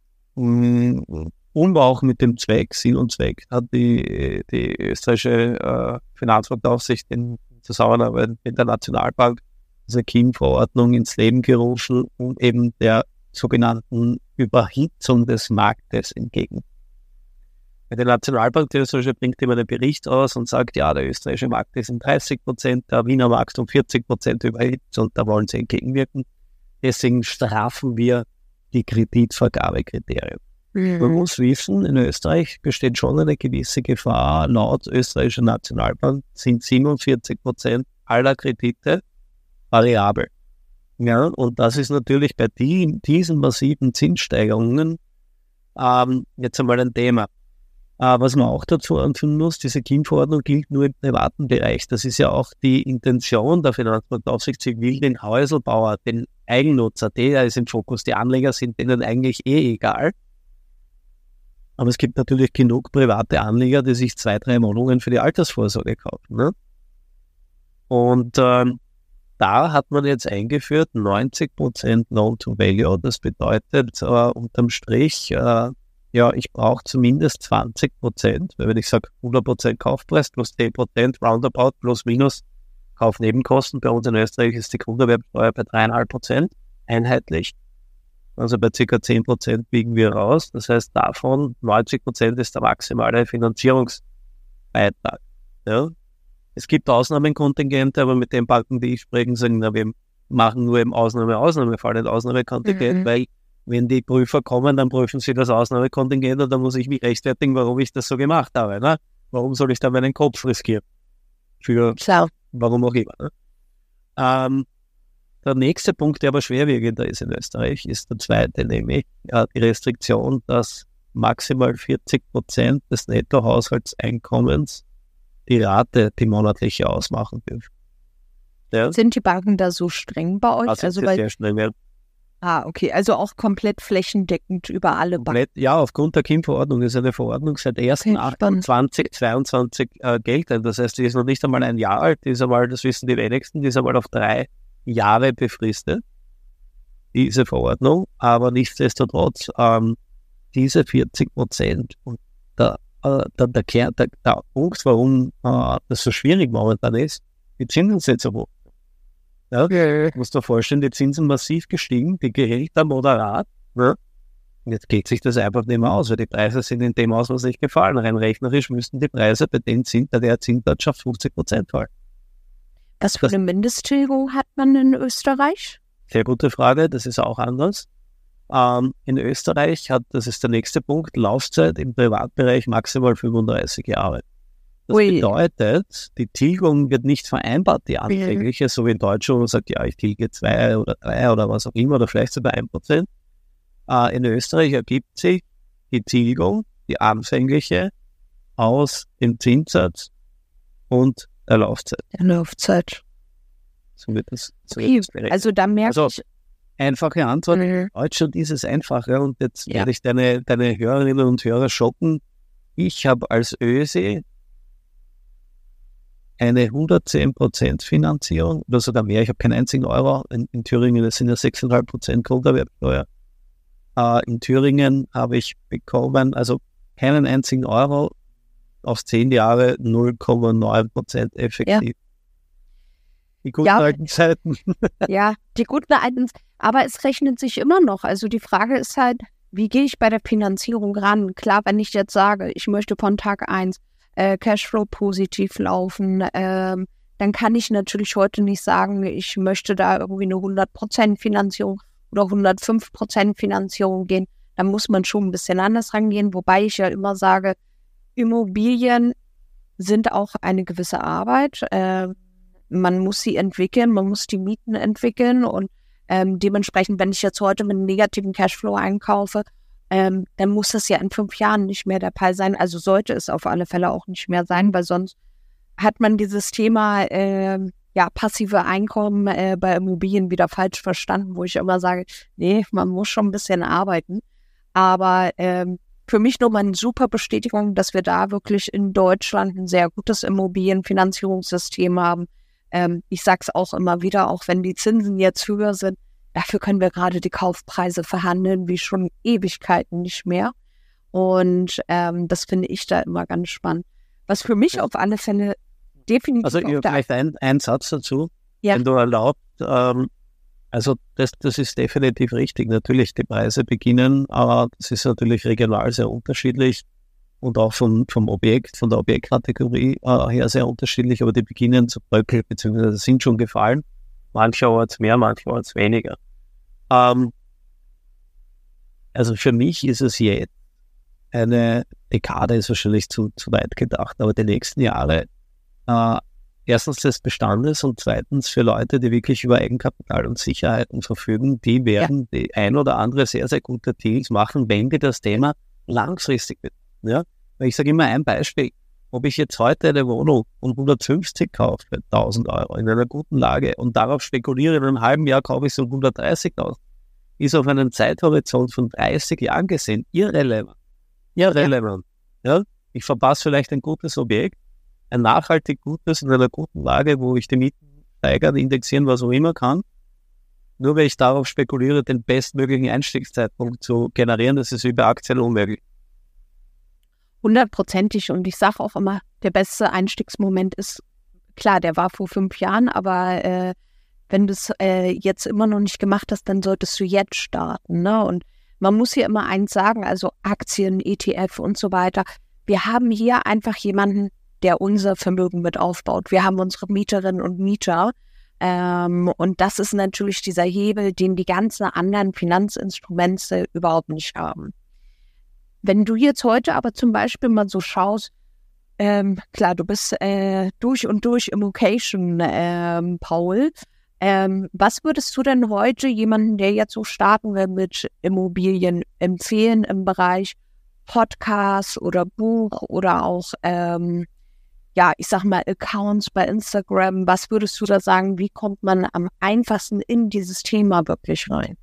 S3: und auch mit dem Zweck, Sinn und Zweck, hat die, die österreichische äh, Finanzmarktaufsicht in Zusammenarbeit mit der Nationalbank diese K I M-Verordnung ins Leben gerufen, um eben der sogenannten Überhitzung des Marktes entgegen. Die Nationalbank der österreichische bringt immer einen Bericht aus und sagt, ja, der österreichische Markt ist um dreißig Prozent, der Wiener Markt um vierzig Prozent überhitzt und da wollen sie entgegenwirken. Deswegen strafen wir die Kreditvergabekriterien. Mhm. Man muss wissen, in Österreich besteht schon eine gewisse Gefahr. Laut österreichischer Nationalbank sind siebenundvierzig Prozent aller Kredite variabel. Ja, und das ist natürlich bei die, diesen massiven Zinssteigerungen ähm, jetzt einmal ein Thema. Äh, was man auch dazu anführen muss, diese K I M-Verordnung gilt nur im privaten Bereich. Das ist ja auch die Intention der Finanzmarktaufsicht. Sie will den Häuselbauer, den Eigennutzer, der ist im Fokus. Die Anleger sind denen eigentlich eh egal. Aber es gibt natürlich genug private Anleger, die sich zwei, drei Wohnungen für die Altersvorsorge kaufen. Ne? Und ähm, da hat man jetzt eingeführt neunzig Prozent Loan-to-Value. Das bedeutet äh, unterm Strich, äh, ja, ich brauche zumindest zwanzig Prozent, weil wenn ich sage hundert Prozent Kaufpreis plus zehn Prozent Roundabout plus minus Kaufnebenkosten, bei uns in Österreich ist die Grunderwerbsteuer bei drei Komma fünf Prozent einheitlich. Also bei ca. zehn Prozent biegen wir raus. Das heißt, davon neunzig Prozent ist der maximale Finanzierungsbeitrag. Ja. Es gibt Ausnahmekontingente, aber mit den Banken, die ich spreche, sagen, na, wir machen nur im Ausnahme, Ausnahmefall, ein Ausnahmekontingent, mhm. weil wenn die Prüfer kommen, dann prüfen sie das Ausnahmekontingent und dann muss ich mich rechtfertigen, warum ich das so gemacht habe. Ne? Warum soll ich da meinen Kopf riskieren? Für Klar. Warum auch immer. Ne? Ähm, der nächste Punkt, der aber schwerwiegender ist in Österreich, ist der zweite, nämlich ja, die Restriktion, dass maximal vierzig Prozent des Nettohaushaltseinkommens die Rate, die monatliche ausmachen dürfen. Ja?
S2: Sind die Banken da so streng bei euch?
S3: Also,
S2: also
S3: weil, sehr streng, ja.
S2: Ah, okay, also auch komplett flächendeckend über alle
S3: komplett, Banken? Ja, aufgrund der K I M-Verordnung ist eine Verordnung seit ersten achten zweitausendzweiundzwanzig äh, geltend. Das heißt, die ist noch nicht einmal ein Jahr alt, die ist einmal, das wissen die wenigsten, die ist einmal auf drei Jahre befristet, diese Verordnung, aber nichtsdestotrotz, ähm, diese vierzig Prozent und der Der, der, der, der, der Punkt, warum äh, das so schwierig momentan ist, die Zinsen sind so hoch. Ja? Okay. Du musst dir vorstellen, die Zinsen massiv gestiegen, die Gehälter moderat. Ja? Und jetzt geht sich das einfach nicht mehr aus, weil die Preise sind in dem Ausmaß nicht gefallen. Rein rechnerisch müssten die Preise bei den Zins, bei der Zinswirtschaft fünfzig Prozent fallen.
S2: Was für eine Mindesttilgung hat man in Österreich?
S3: Sehr gute Frage, das ist auch anders. Ähm, in Österreich hat, das ist der nächste Punkt, Laufzeit im Privatbereich maximal fünfunddreißig Jahre. Das Ui. bedeutet, die Tilgung wird nicht vereinbart, die anfängliche, so wie in Deutschland, wo man sagt, ja, ich tilge zwei oder drei oder was auch immer, oder vielleicht sogar ein Prozent. Äh, in Österreich ergibt sich die Tilgung, die anfängliche, aus dem Zinssatz und der Laufzeit.
S2: Der Laufzeit.
S3: So wird das. So
S2: okay.
S3: wird das
S2: also da merke
S3: also,
S2: ich...
S3: Einfache Antwort, in Deutschland ist es einfacher und jetzt ja. werde ich deine, deine Hörerinnen und Hörer schocken. Ich habe als ÖSE eine hundertzehn Prozent Finanzierung oder sogar mehr. Ich habe keinen einzigen Euro. In, in Thüringen das sind ja sechs Komma fünf Prozent Grunderwerbsteuer. Äh, in Thüringen habe ich bekommen, also keinen einzigen Euro, auf zehn Jahre null Komma neun Prozent effektiv. Ja. Die guten ja. alten Zeiten.
S2: Ja, die guten alten, aber es rechnet sich immer noch. Also die Frage ist halt, wie gehe ich bei der Finanzierung ran? Klar, wenn ich jetzt sage, ich möchte von Tag eins äh, Cashflow positiv laufen, ähm, dann dann kann ich natürlich heute nicht sagen, ich möchte da irgendwie eine hundert Prozent Finanzierung oder hundertfünf Prozent Finanzierung gehen. Da muss man schon ein bisschen anders rangehen, wobei ich ja immer sage, Immobilien sind auch eine gewisse Arbeit. Äh, man muss sie entwickeln, man muss die Mieten entwickeln und ähm, dementsprechend, wenn ich jetzt heute mit einem negativen Cashflow einkaufe, ähm, dann muss das ja in fünf Jahren nicht mehr der Fall sein. Also sollte es auf alle Fälle auch nicht mehr sein, weil sonst hat man dieses Thema äh, ja, passive Einkommen äh, bei Immobilien wieder falsch verstanden, wo ich immer sage, nee, man muss schon ein bisschen arbeiten. Aber ähm, für mich nochmal eine super Bestätigung, dass wir da wirklich in Deutschland ein sehr gutes Immobilienfinanzierungssystem haben. Ähm, ich sage es auch immer wieder, auch wenn die Zinsen jetzt höher sind, dafür können wir gerade die Kaufpreise verhandeln, wie schon Ewigkeiten nicht mehr. Und ähm, das finde ich da immer ganz spannend. Was für mich auf alle Fälle definitiv...
S3: Also vielleicht ein, ein Satz dazu,
S2: ja.
S3: wenn du erlaubt. Ähm, also das, das ist definitiv richtig. Natürlich, die Preise beginnen, aber das ist natürlich regional sehr unterschiedlich und auch vom, vom Objekt, von der Objektkategorie äh, her sehr unterschiedlich, aber die beginnen zu bröckeln, beziehungsweise sind schon gefallen. Mancherorts mehr, mancherorts weniger. Ähm, also für mich ist es jetzt eine Dekade, ist wahrscheinlich zu, zu weit gedacht, aber die nächsten Jahre äh, erstens des Bestandes und zweitens für Leute, die wirklich über Eigenkapital und Sicherheiten verfügen, die werden ja. die ein oder andere sehr, sehr gute Deals machen, wenn die das Thema langfristig betrachten. Ja? Weil ich sage immer ein Beispiel, ob ich jetzt heute eine Wohnung um hundertfünfzig kaufe, tausend Euro in einer guten Lage und darauf spekuliere, in einem halben Jahr kaufe ich so um hundertdreißigtausend, ist auf einen Zeithorizont von dreißig Jahren gesehen irrelevant. Irrelevant. Ja? Ich verpasse vielleicht ein gutes Objekt, ein nachhaltig gutes in einer guten Lage, wo ich die Mieten steigern, indexieren, was auch immer kann. Nur weil ich darauf spekuliere, den bestmöglichen Einstiegszeitpunkt zu generieren, das ist wie bei Aktien unmöglich.
S2: Hundertprozentig. Und ich sage auch immer, der beste Einstiegsmoment ist, klar, der war vor fünf Jahren, aber äh, wenn du es äh, jetzt immer noch nicht gemacht hast, dann solltest du jetzt starten. Ne? Und man muss hier immer eins sagen, also Aktien, E T F und so weiter. Wir haben hier einfach jemanden, der unser Vermögen mit aufbaut. Wir haben unsere Mieterinnen und Mieter. Ähm, und das ist natürlich dieser Hebel, den die ganzen anderen Finanzinstrumente überhaupt nicht haben. Wenn du jetzt heute aber zum Beispiel mal so schaust, ähm, klar, du bist äh, durch und durch Immocation, ähm, Paul. Ähm, was würdest du denn heute jemanden, der jetzt so starten will mit Immobilien, empfehlen im Bereich Podcast oder Buch oder auch, ähm, ja, ich sag mal, Accounts bei Instagram? Was würdest du da sagen, wie kommt man am einfachsten in dieses Thema wirklich rein?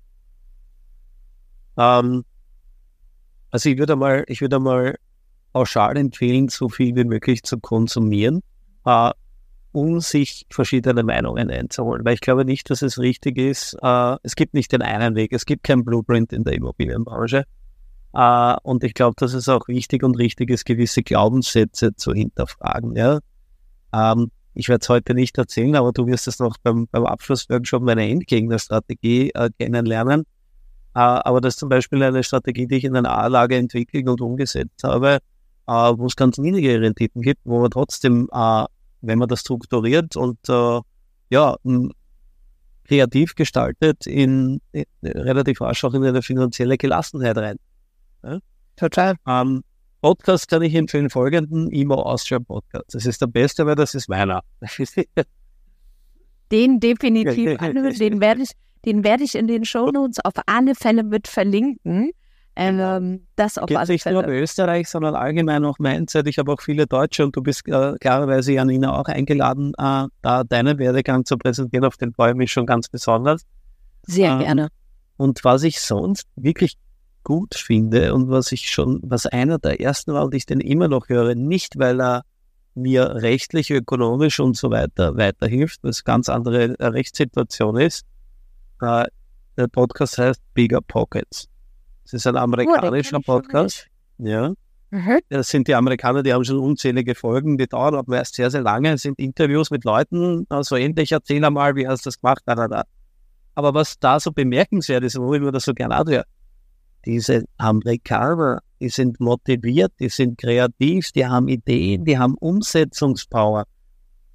S3: Ähm, also ich würde mal, ich würde mal pauschal empfehlen, so viel wie möglich zu konsumieren, äh, um sich verschiedene Meinungen einzuholen. Weil ich glaube nicht, dass es richtig ist, äh, es gibt nicht den einen Weg, es gibt kein Blueprint in der Immobilienbranche. Uh, und ich glaube, dass es auch wichtig und richtig ist, gewisse Glaubenssätze zu hinterfragen. Ja? Um, ich werde es heute nicht erzählen, aber du wirst es noch beim, beim Abschlussworkshop meine Endgegnerstrategie uh, kennenlernen. Uh, aber das ist zum Beispiel eine Strategie, die ich in einer A-Lage entwickelt und umgesetzt habe, uh, wo es ganz niedrige Renditen gibt, wo man trotzdem, uh, wenn man das strukturiert und uh, ja, m- kreativ gestaltet, in, in relativ rasch auch in eine finanzielle Gelassenheit rein. Ja?
S2: Total.
S3: Ähm, Podcast kann ich empfehlen, folgenden Imo Austria Podcast. Das ist der beste, weil das ist meiner.
S2: Den definitiv, den werde ich, den werde ich in den Shownotes auf alle Fälle mit verlinken. Ähm, das auf
S3: Geht
S2: alle
S3: nicht
S2: Fälle.
S3: nur bei Österreich, sondern allgemein auch Mindset. Ich habe auch viele Deutsche und du bist äh, klarerweise, Janina, auch eingeladen, äh, da deinen Werdegang zu präsentieren. Auf den freue ich mich schon ganz besonders.
S2: Sehr
S3: ähm,
S2: gerne.
S3: Und was ich sonst wirklich gut finde und was ich schon, was einer der ersten war und ich den immer noch höre, nicht weil er mir rechtlich, ökonomisch und so weiter weiterhilft, was ganz andere Rechtssituation ist. Äh, der Podcast heißt Bigger Pockets. Es ist ein amerikanischer
S2: oh,
S3: Podcast. Ja.
S2: Mhm.
S3: Das sind die Amerikaner, die haben schon unzählige Folgen, die dauern aber meist sehr, sehr lange. Es sind Interviews mit Leuten, so ähnlich, erzähl einmal, wie hast du das gemacht, da, da, da. Aber was da so bemerkenswert ist, wo ich mir das so gerne anhöre, diese Amerikaner, die sind motiviert, die sind kreativ, die haben Ideen, die haben Umsetzungspower.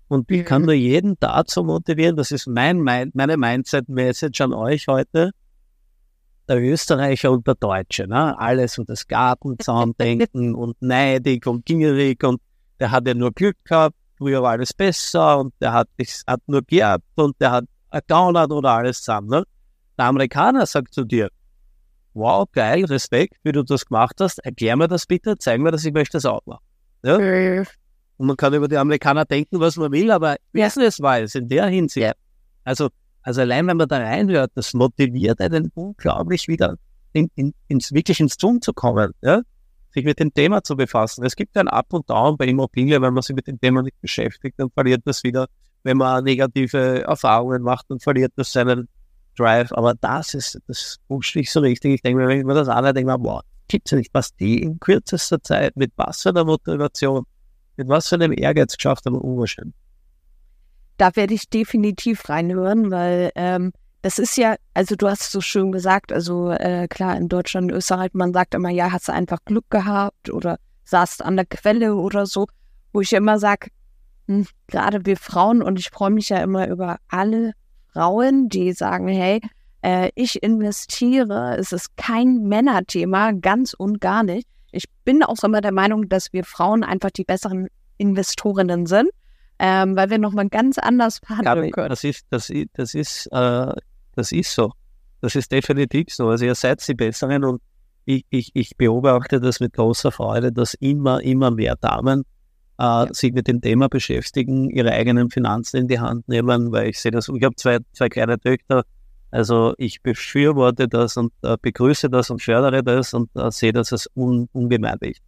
S3: Und ich kann nur jeden dazu motivieren, das ist mein, mein, meine Mindset-Message an euch heute, der Österreicher und der Deutsche, ne? Alles und das Gartenzaun-Denken und neidig und gierig und der hat ja nur Glück gehabt, früher war alles besser und der hat, hat nur geerbt und der hat ergaunert oder alles zusammen. Ne? Der Amerikaner sagt zu dir, wow, geil, Respekt, wie du das gemacht hast, erklär mir das bitte, zeig mir, dass ich möchte das auch machen. Ja? Mhm. Und man kann über die Amerikaner denken, was man will, aber business-wise in der Hinsicht, ja. also, also allein wenn man da reinhört, das motiviert einen unglaublich wieder in, in, ins, wirklich ins Tun zu kommen, ja? Sich mit dem Thema zu befassen. Es gibt ein Up und Down bei Immobilien, wenn man sich mit dem Thema nicht beschäftigt, dann verliert das wieder, wenn man negative Erfahrungen macht, dann verliert das seinen Drive, aber das ist, das pusht nicht so richtig. Ich denke mir, wenn ich mir das anhöre, denke ich mir, boah, gibt's ja nicht, was die in kürzester Zeit, mit was für einer Motivation, mit was für einem Ehrgeiz geschafft haben, unwahrscheinlich.
S2: Da werde ich definitiv reinhören, weil ähm, das ist ja, also du hast es so schön gesagt, also äh, klar, in Deutschland, Österreich, man sagt immer, ja, hast du einfach Glück gehabt oder saßt an der Quelle oder so, wo ich immer sage, hm, gerade wir Frauen, und ich freue mich ja immer über alle Frauen, die sagen, hey, äh, ich investiere, es ist kein Männerthema, ganz und gar nicht. Ich bin auch immer der Meinung, dass wir Frauen einfach die besseren Investorinnen sind, ähm, weil wir nochmal ganz anders verhandeln können.
S3: Das ist, das ist, das ist, äh, das ist so. Das ist definitiv so. Also ihr seid die Besseren und ich, ich, ich beobachte das mit großer Freude, dass immer, immer mehr Damen äh, ja. sich mit dem Thema beschäftigen, ihre eigenen Finanzen in die Hand nehmen, weil ich sehe das, ich habe zwei, zwei kleine Töchter, also ich befürworte das und äh, begrüße das und fördere das und äh, sehe das als un, ungemein wichtig.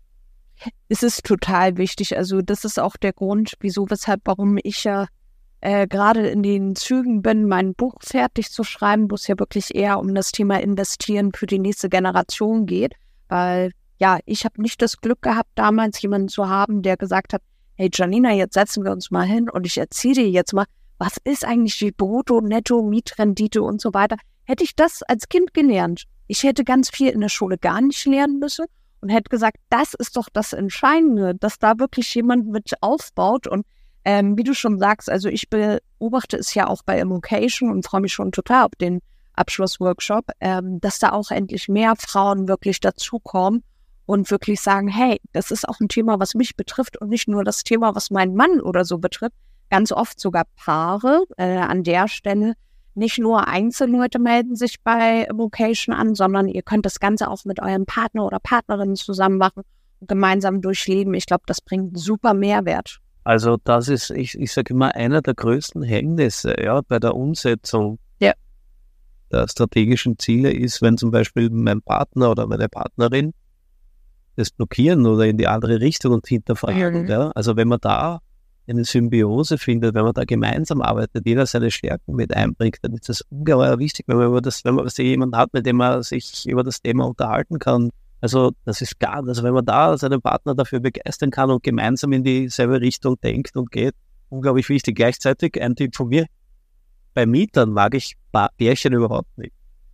S2: Es ist total wichtig, also das ist auch der Grund, wieso, weshalb, warum ich ja äh, gerade in den Zügen bin, mein Buch fertig zu schreiben, wo es ja wirklich eher um das Thema Investieren für die nächste Generation geht, weil ja, ich habe nicht das Glück gehabt, damals jemanden zu haben, der gesagt hat, hey Janina, jetzt setzen wir uns mal hin und ich erzähle dir jetzt mal, was ist eigentlich die Brutto-, Netto-, Mietrendite und so weiter. Hätte ich das als Kind gelernt, ich hätte ganz viel in der Schule gar nicht lernen müssen und hätte gesagt, das ist doch das Entscheidende, dass da wirklich jemand mit aufbaut. Und ähm, wie du schon sagst, also ich beobachte es ja auch bei Immocation und freue mich schon total auf den Abschlussworkshop, ähm, dass da auch endlich mehr Frauen wirklich dazukommen und wirklich sagen, hey, das ist auch ein Thema, was mich betrifft und nicht nur das Thema, was meinen Mann oder so betrifft. Ganz oft sogar Paare äh, an der Stelle. Nicht nur Einzelleute melden sich bei Immocation an, sondern ihr könnt das Ganze auch mit eurem Partner oder Partnerin zusammen machen und gemeinsam durchleben. Ich glaube, das bringt super Mehrwert.
S3: Also das ist, ich, ich sage immer, einer der größten Hemmnisse, ja, bei der Umsetzung
S2: ja.
S3: der strategischen Ziele ist, wenn zum Beispiel mein Partner oder meine Partnerin das blockieren oder in die andere Richtung und hinterfragen. Mhm. Ja. Also wenn man da eine Symbiose findet, wenn man da gemeinsam arbeitet, jeder seine Stärken mit einbringt, dann ist das ungeheuer wichtig, wenn man über das, wenn man jemanden hat, mit dem man sich über das Thema unterhalten kann. Also das ist gar, also wenn man da seinen Partner dafür begeistern kann und gemeinsam in dieselbe Richtung denkt und geht, unglaublich wichtig. Gleichzeitig ein Tipp von mir, bei Mietern mag ich Pärchen überhaupt nicht.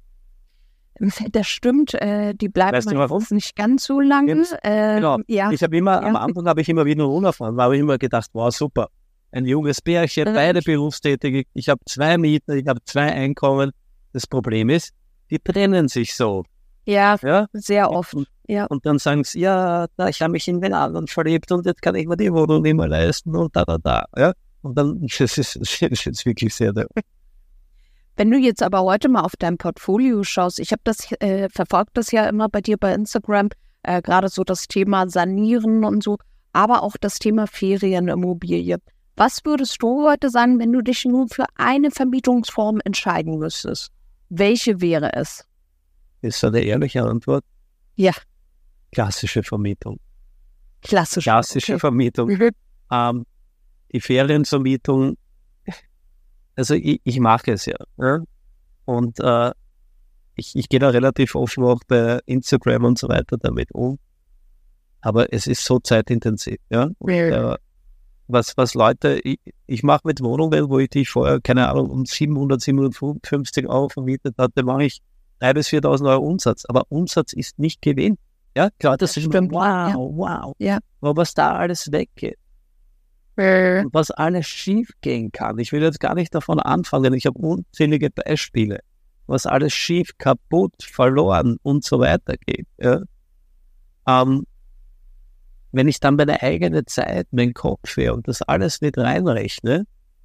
S2: Das stimmt, äh, die bleiben weißt meistens nicht ganz so lange. Äh,
S3: genau.
S2: Ja.
S3: Ich habe immer, ja. am Anfang habe ich immer wieder unerfahren, da habe ich immer gedacht, wow, super, ein junges Pärchen, beide berufstätig, ich habe zwei Mieter, ich habe zwei Einkommen. Das Problem ist, die trennen sich so.
S2: Ja, ja? sehr oft.
S3: Und,
S2: ja.
S3: und dann sagen sie, ja, da, ich habe mich in den anderen verliebt und jetzt kann ich mir die Wohnung nicht mehr leisten und da, da, da. Ja? Und dann, das ist, das ist wirklich sehr, sehr
S2: Wenn du jetzt aber heute mal auf dein Portfolio schaust, ich habe das, äh, verfolgt das ja immer bei dir bei Instagram, äh, gerade so das Thema Sanieren und so, aber auch das Thema Ferienimmobilie. Was würdest du heute sagen, wenn du dich nur für eine Vermietungsform entscheiden müsstest? Welche wäre es?
S3: Ist eine ehrliche Antwort?
S2: Ja.
S3: Klassische Vermietung.
S2: Klassische,
S3: Klassische okay. Vermietung. Mhm. Ähm, die Ferienvermietung, also ich, ich mache es ja. ja? Und äh, ich, ich gehe da relativ offen auch bei Instagram und so weiter damit um. Aber es ist so zeitintensiv. Ja? Und, äh, was, was Leute, ich, ich mache mit Wohnungen, wo ich die vorher, keine Ahnung, um siebenhundert, siebenhundertfünfzig Euro vermietet hatte, mache ich dreitausend bis viertausend Euro Umsatz. Aber Umsatz ist nicht Gewinn. Ja, klar, das, das ist
S2: stimmt.
S3: Wow, ja. wow.
S2: Ja.
S3: Aber was da alles weggeht. Und was alles schief gehen kann. Ich will jetzt gar nicht davon anfangen. Ich habe unzählige Beispiele, was alles schief, kaputt, verloren und so weiter geht. Ja? Ähm, wenn ich dann meine eigene Zeit, meinen Kopf her und das alles mit reinrechne,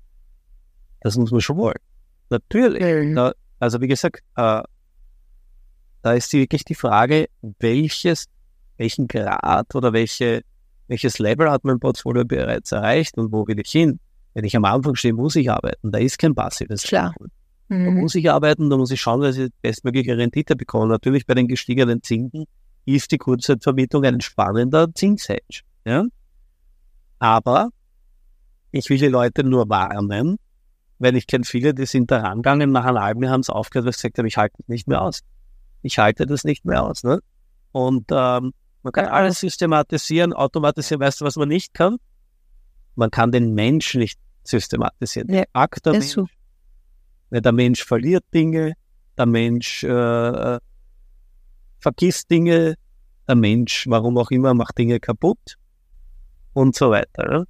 S3: das muss man schon wollen. Natürlich. Mhm. Da, also wie gesagt, äh, da ist die, wirklich die Frage, welches, welchen Grad oder welche Welches Level hat mein Portfolio bereits erreicht und wo will ich hin? Wenn ich am Anfang stehe, muss ich arbeiten. Da ist kein passives.
S2: Klar.
S3: Mhm. Da muss ich arbeiten, da muss ich schauen, dass ich die bestmögliche Rendite bekomme. Natürlich bei den gestiegenen Zinsen ist die Kurzzeitvermietung ein spannender Zinshedge. Ja? Aber ich will die Leute nur warnen, weil ich kenne viele, die sind da rangegangen, nach einem halben Jahr haben sie aufgehört, weil sie gesagt haben, ich halte das nicht mehr aus. Ich halte das nicht mehr aus. Ne? Und ähm, man kann alles systematisieren, automatisieren. Weißt du, was man nicht kann? Man kann den Mensch nicht systematisieren.
S2: Ja,
S3: Akt der Mensch. So. Der Mensch verliert Dinge, der Mensch äh, vergisst Dinge, der Mensch, warum auch immer, macht Dinge kaputt und so weiter. Ne?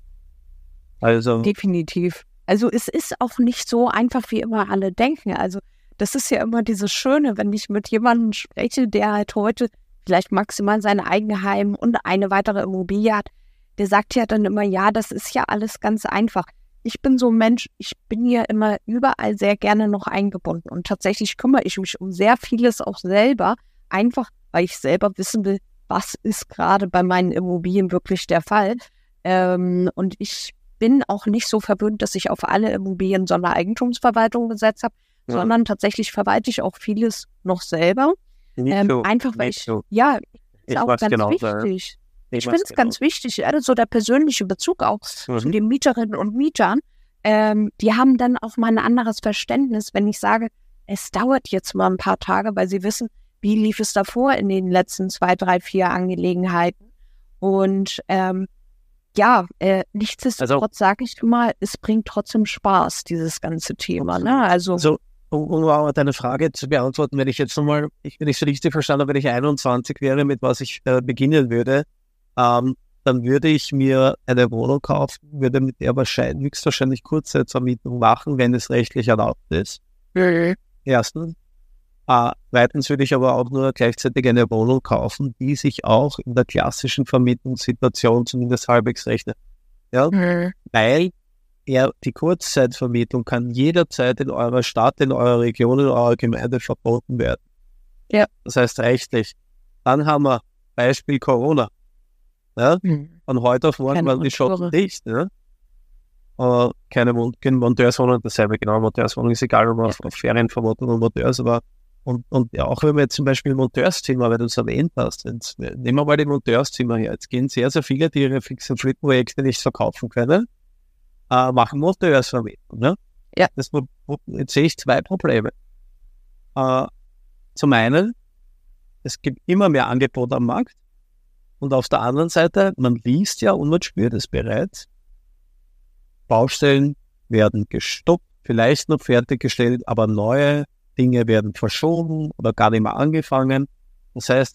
S3: Also
S2: definitiv. Also es ist auch nicht so einfach, wie immer alle denken. Also das ist ja immer dieses Schöne, wenn ich mit jemandem spreche, der halt heute vielleicht maximal sein Eigenheim und eine weitere Immobilie hat, der sagt ja dann immer, ja, das ist ja alles ganz einfach. Ich bin so ein Mensch, ich bin ja immer überall sehr gerne noch eingebunden und tatsächlich kümmere ich mich um sehr vieles auch selber, einfach weil ich selber wissen will, was ist gerade bei meinen Immobilien wirklich der Fall. Ähm, und ich bin auch nicht so verwöhnt, dass ich auf alle Immobilien Sondereigentumsverwaltung gesetzt habe, ja. sondern tatsächlich verwalte ich auch vieles noch selber. Ähm, so, einfach weil ich, so. ja, ist ich auch ganz genau wichtig. Ich, ich finde es genau. ganz wichtig, also so der persönliche Bezug auch mhm. zu den Mieterinnen und Mietern. Ähm, die haben dann auch mal ein anderes Verständnis, wenn ich sage, es dauert jetzt mal ein paar Tage, weil sie wissen, wie lief es davor in den letzten zwei, drei, vier Angelegenheiten. Und ähm, ja, äh, nichtsdestotrotz also, sage ich immer, es bringt trotzdem Spaß, dieses ganze Thema. Ne? Also,
S3: also Um, um deine Frage zu beantworten, wenn ich jetzt nochmal, ich, wenn ich es richtig verstanden habe, wenn ich einundzwanzig wäre, mit was ich äh, beginnen würde, ähm, dann würde ich mir eine Wohnung kaufen, würde mit der wahrscheinlich, höchstwahrscheinlich Kurzzeitvermietung machen, wenn es rechtlich erlaubt ist. Mhm. Erstens. Äh, zweitens würde ich aber auch nur gleichzeitig eine Wohnung kaufen, die sich auch in der klassischen Vermietungssituation zumindest halbwegs rechnet. Ja? Mhm. Weil Ja, die Kurzzeitvermietung kann jederzeit in eurer Stadt, in eurer Region, in eurer Gemeinde verboten werden.
S2: Ja.
S3: Das heißt rechtlich. Dann haben wir Beispiel Corona. Ja? Hm. Von heute auf morgen waren die Schotten dicht. Ja? Uh, keine Monteurswohnung, dasselbe genau. Monteurswohnung ist egal, ob man ja. auf, auf Ferien verboten oder Monteurs, aber und, und ja, auch wenn wir jetzt zum Beispiel Monteurszimmer, weil du es erwähnt hast, jetzt, nehmen wir mal die Monteurszimmer her. Jetzt gehen sehr, sehr viele, die ihre Fix- und Flip-Projekte nicht verkaufen können, Uh, machen Monteursvermietung. Ne?
S2: Ja.
S3: Das, jetzt sehe ich zwei Probleme. Uh, zum einen, es gibt immer mehr Angebot am Markt und auf der anderen Seite, man liest ja und man spürt es bereits, Baustellen werden gestoppt, vielleicht noch fertiggestellt, aber neue Dinge werden verschoben oder gar nicht mehr angefangen. Das heißt,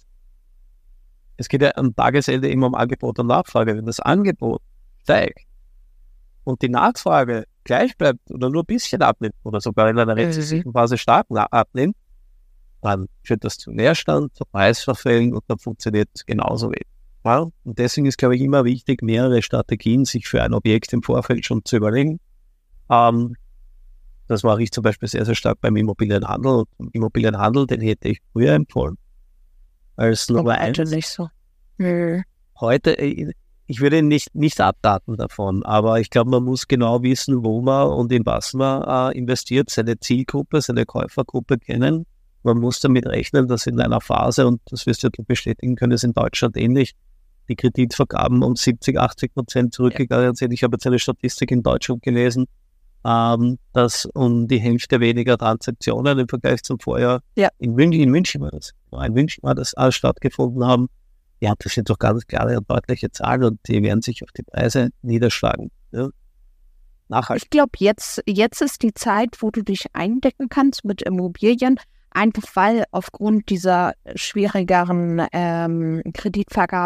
S3: es geht ja am Tagesende immer um Angebot und Nachfrage. Wenn das Angebot steigt, und die Nachfrage gleich bleibt oder nur ein bisschen abnimmt oder sogar in einer rezessiven Phase stark abnimmt, dann führt das zu Leerstand, zu Preisverfällen und dann funktioniert es genauso wenig. Ja? Und deswegen ist, glaube ich, immer wichtig, mehrere Strategien sich für ein Objekt im Vorfeld schon zu überlegen. Ähm, das mache ich zum Beispiel sehr, sehr stark beim Immobilienhandel. Und Immobilienhandel, den hätte ich früher empfohlen. Als Nummer eins.
S2: Nicht so. Hm.
S3: Heute, ich würde nicht, nicht abraten davon, aber ich glaube, man muss genau wissen, wo man und in was man äh, investiert, seine Zielgruppe, seine Käufergruppe kennen. Man muss damit rechnen, dass in einer Phase, und das wirst du bestätigen können, ist in Deutschland ähnlich, die Kreditvergaben um siebzig, achtzig Prozent zurückgegangen sind. Ich habe jetzt eine Statistik in Deutschland gelesen, ähm, dass um die Hälfte weniger Transaktionen im Vergleich zum Vorjahr
S2: ja.
S3: in München, in München war das, in München war das äh, stattgefunden haben. Ja, das sind doch ganz klare und deutliche Zahlen und die werden sich auf die Preise niederschlagen. Ja. Nachhaltig.
S2: Ich glaube, jetzt, jetzt ist die Zeit, wo du dich eindecken kannst mit Immobilien, einfach weil aufgrund dieser schwierigeren ähm, Kreditvergabe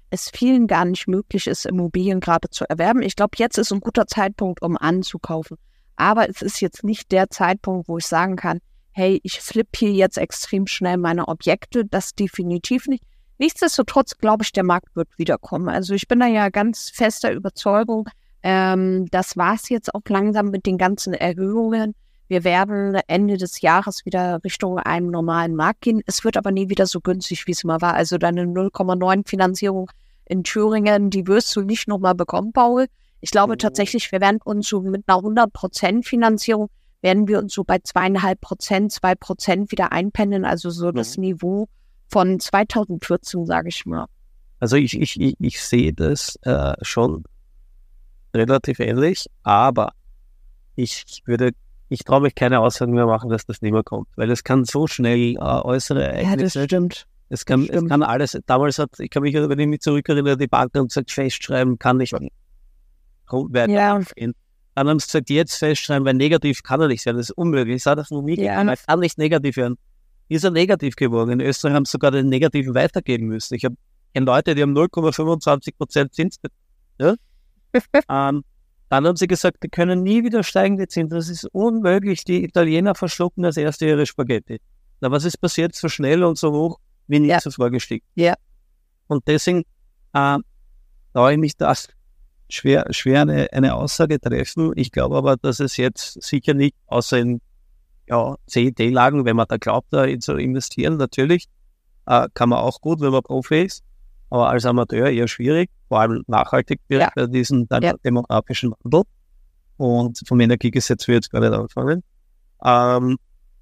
S2: es vielen gar nicht möglich ist, Immobilien gerade zu erwerben. Ich glaube, jetzt ist ein guter Zeitpunkt, um anzukaufen. Aber es ist jetzt nicht der Zeitpunkt, wo ich sagen kann, hey, ich flippe hier jetzt extrem schnell meine Objekte. Das definitiv nicht. Nichtsdestotrotz glaube ich, der Markt wird wiederkommen. Also ich bin da ja ganz fester Überzeugung, ähm, das war es jetzt auch langsam mit den ganzen Erhöhungen. Wir werden Ende des Jahres wieder Richtung einem normalen Markt gehen. Es wird aber nie wieder so günstig, wie es mal war. Also deine null Komma neun Finanzierung in Thüringen, die wirst du nicht nochmal bekommen, Paul. Ich glaube mhm. tatsächlich, wir werden uns so mit einer hundert Prozent Finanzierung, werden wir uns so bei zweieinhalb Prozent, zwei Prozent wieder einpendeln. Also so mhm. das Niveau von zweitausendvierzehn, sage ich mal.
S3: Also ich, ich, ich, ich sehe das äh, schon relativ ähnlich, aber ich würde, ich traue mich keine Aussagen mehr machen, dass das nicht mehr kommt, weil es kann so schnell äh, äußere Ereignisse.
S2: Ja, das stimmt.
S3: Es kann,
S2: das stimmt.
S3: Es kann alles, damals hat, ich kann mich, wenn ich mich zurückerinnere, die Bank hat gesagt, festschreiben kann nicht weiter
S2: ja.
S3: aufgehen. Dann haben sie gesagt, jetzt festschreiben, weil negativ kann er nicht sein, das ist unmöglich. Ich sage das noch nie, ja. Er kann nicht negativ werden. Ist er negativ geworden. In Österreich haben sie sogar den Negativen weitergeben müssen. Ich habe Leute, die haben null Komma fünfundzwanzig Prozent Zins. Ja? ähm, dann haben sie gesagt, die können nie wieder steigende Zinsen. Das ist unmöglich. Die Italiener verschlucken das erste ihre Spaghetti. Na, was ist passiert? So schnell und so hoch wie nie ja. zuvor gestiegen.
S2: Ja.
S3: Und deswegen äh, traue ich mich das schwer, schwer eine, eine Aussage treffen. Ich glaube aber, dass es jetzt sicher nicht, außer in ja, C D Lagen, wenn man da glaubt, da zu investieren, natürlich, äh, kann man auch gut, wenn man Profi ist, aber als Amateur eher schwierig, vor allem nachhaltig ja. bei diesem ja. demografischen Wandel. Und vom Energiegesetz will ich jetzt gar nicht anfangen. Ähm,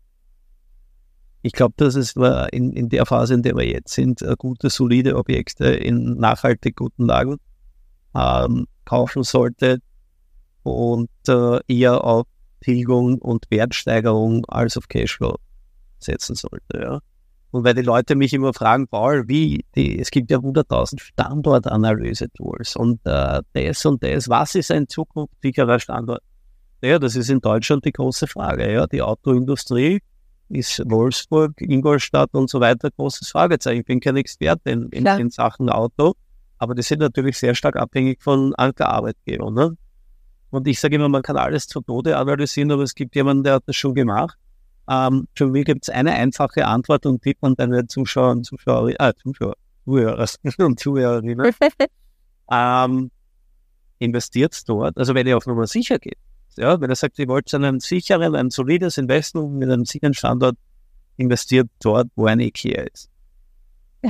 S3: ich glaube, dass es in, in der Phase, in der wir jetzt sind, gute, solide Objekte in nachhaltig guten Lagen ähm, kaufen sollte und äh, eher auf Tilgung und Wertsteigerung als auf Cashflow setzen sollte. Ja. Und weil die Leute mich immer fragen, Paul, wie, die, es gibt ja hunderttausend Standortanalyse-Tools und äh, das und das, was ist ein zukunftssicherer Standort? Ja, das ist in Deutschland die große Frage. Ja. Die Autoindustrie ist Wolfsburg, Ingolstadt und so weiter großes Fragezeichen. Ich bin kein Experte in, in, in Sachen Auto, aber die sind natürlich sehr stark abhängig von Ankerarbeitgebern. Ne? Und ich sage immer, man kann alles zu Tode analysieren, aber es gibt jemanden, der hat das schon gemacht. Ähm, für mich gibt es eine einfache Antwort und die von deinen Zuschauern, Zuschauer, äh, Zuschauer, Zuhörer und Zuhörerinnen. ähm, investiert dort, also wenn ihr auf Nummer sicher geht. Ja, wenn er sagt, ihr wollt einen sicheren, ein solides Investment mit einem sicheren Standort, investiert dort, wo ein IKEA ist.
S2: Ja.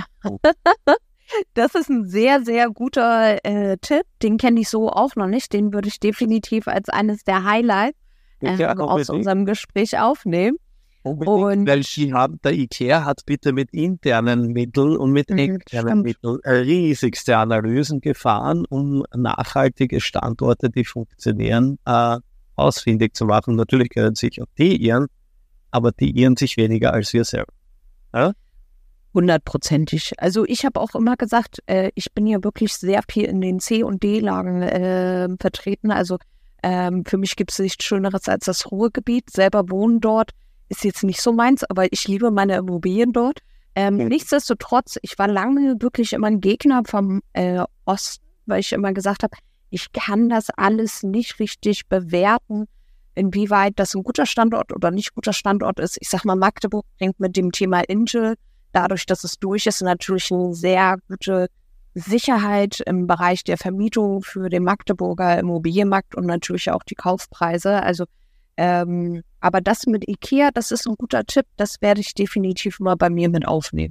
S2: Das ist ein sehr, sehr guter äh, Tipp. Den kenne ich so auch noch nicht. Den würde ich definitiv als eines der Highlights äh, ja, aus unserem Gespräch aufnehmen.
S3: Und weil sie haben, der IKEA hat bitte mit internen Mitteln und mit externen Mitteln riesigste Analysen gefahren, um nachhaltige Standorte, die funktionieren, äh, ausfindig zu machen. Natürlich können sich auch die irren, aber die irren sich weniger als wir selber. Ja?
S2: Hundertprozentig. Also ich habe auch immer gesagt, äh, ich bin ja wirklich sehr viel in den C- und D-Lagen äh, vertreten. Also ähm, für mich gibt es nichts Schöneres als das Ruhrgebiet. Selber wohnen dort, ist jetzt nicht so meins, aber ich liebe meine Immobilien dort. Ähm, mhm. Nichtsdestotrotz, ich war lange wirklich immer ein Gegner vom äh, Osten, weil ich immer gesagt habe, ich kann das alles nicht richtig bewerten, inwieweit das ein guter Standort oder nicht guter Standort ist. Ich sag mal, Magdeburg bringt mit dem Thema Intel, dadurch, dass es durch ist, natürlich eine sehr gute Sicherheit im Bereich der Vermietung für den Magdeburger Immobilienmarkt und natürlich auch die Kaufpreise. Also, ähm, aber das mit IKEA, das ist ein guter Tipp, das werde ich definitiv mal bei mir mit aufnehmen.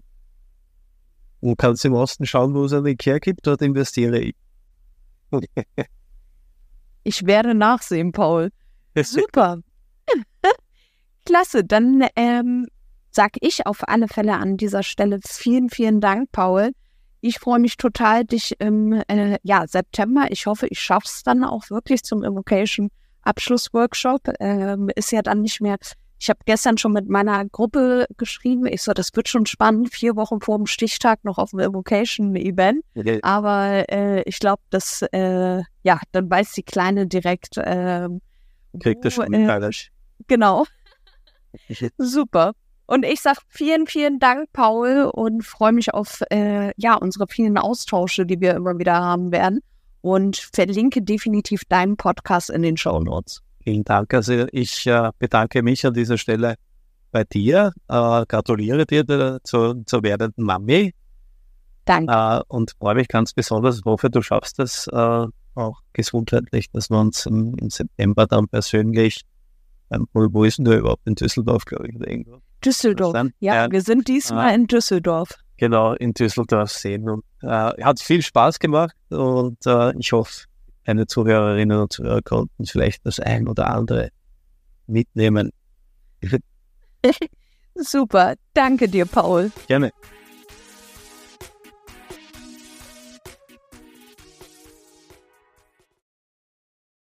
S3: Du kannst im Osten schauen, wo es eine IKEA gibt, dort investiere ich.
S2: Ich werde nachsehen, Paul. Super. Klasse, dann ähm, sage ich auf alle Fälle an dieser Stelle vielen, vielen Dank, Paul. Ich freue mich total, dich im äh, ja, September, ich hoffe, ich schaffe es dann auch wirklich zum Invocation-Abschlussworkshop. Ähm, ist ja dann nicht mehr, ich habe gestern schon mit meiner Gruppe geschrieben, ich so, das wird schon spannend, vier Wochen vor dem Stichtag noch auf dem Invocation-Event. Okay. Aber äh, ich glaube, dass, äh, ja, dann weiß die Kleine direkt, äh,
S3: kriegt das schon mit
S2: äh, Genau. Super. Und ich sage vielen, vielen Dank, Paul, und freue mich auf äh, ja unsere vielen Austausche, die wir immer wieder haben werden. Und verlinke definitiv deinen Podcast in den Shownotes.
S3: Vielen Dank. Also ich äh, bedanke mich an dieser Stelle bei dir. Äh, gratuliere dir der, zu, zur werdenden Mami.
S2: Danke.
S3: Äh, und freue mich ganz besonders. Ich hoffe, du schaffst es äh, auch gesundheitlich, dass wir uns im, im September dann persönlich, ähm, wo ist denn du überhaupt? In Düsseldorf, glaube ich, oder irgendwo?
S2: Düsseldorf. Ja, ja, wir sind diesmal äh, in Düsseldorf.
S3: Genau, in Düsseldorf sehen. Und, äh, hat viel Spaß gemacht und äh, ich hoffe, meine Zuhörerinnen und Zuhörer konnten vielleicht das ein oder andere mitnehmen.
S2: Super, danke dir, Paul.
S3: Gerne.